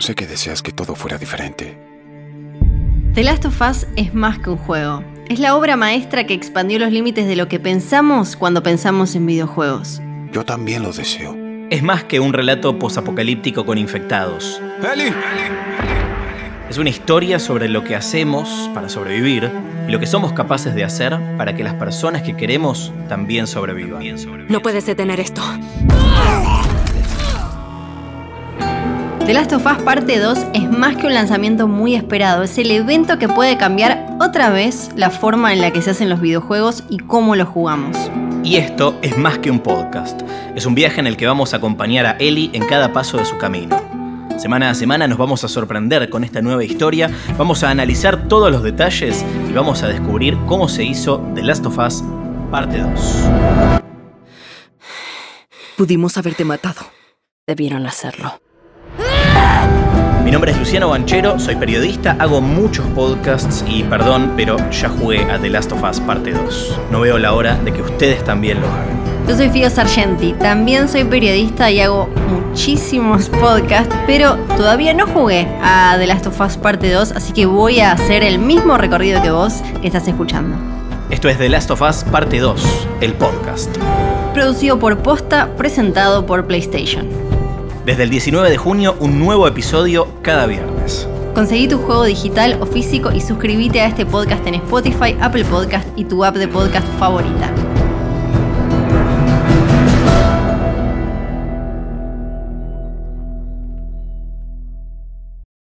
Sé que deseas que todo fuera diferente. The Last of Us es más que un juego. Es la obra maestra que expandió los límites de lo que pensamos cuando pensamos en videojuegos. Yo también lo deseo. Es más que un relato posapocalíptico con infectados. ¡Eli! Es una historia sobre lo que hacemos para sobrevivir y lo que somos capaces de hacer para que las personas que queremos también sobrevivan. No puedes detener esto. The Last of Us Parte 2 es más que un lanzamiento muy esperado. Es el evento que puede cambiar otra vez la forma en la que se hacen los videojuegos y cómo los jugamos. Y esto es más que un podcast. Es un viaje en el que vamos a acompañar a Ellie en cada paso de su camino. Semana a semana nos vamos a sorprender con esta nueva historia, vamos a analizar todos los detalles y vamos a descubrir cómo se hizo The Last of Us Parte 2. Pudimos haberte matado. Debieron hacerlo. Mi nombre es Luciano Banchero, soy periodista, hago muchos podcasts y perdón, pero ya jugué a The Last of Us Parte 2. No veo la hora de que ustedes también lo hagan. Yo soy Fío Sargenti, también soy periodista y hago muchísimos podcasts, pero todavía no jugué a The Last of Us Parte 2, así que voy a hacer el mismo recorrido que vos que estás escuchando. Esto es The Last of Us Parte 2, el podcast. Producido por Posta, presentado por PlayStation. Desde el 19 de junio, un nuevo episodio cada viernes. Conseguí tu juego digital o físico y suscríbete a este podcast en Spotify, Apple Podcast y tu app de podcast favorita.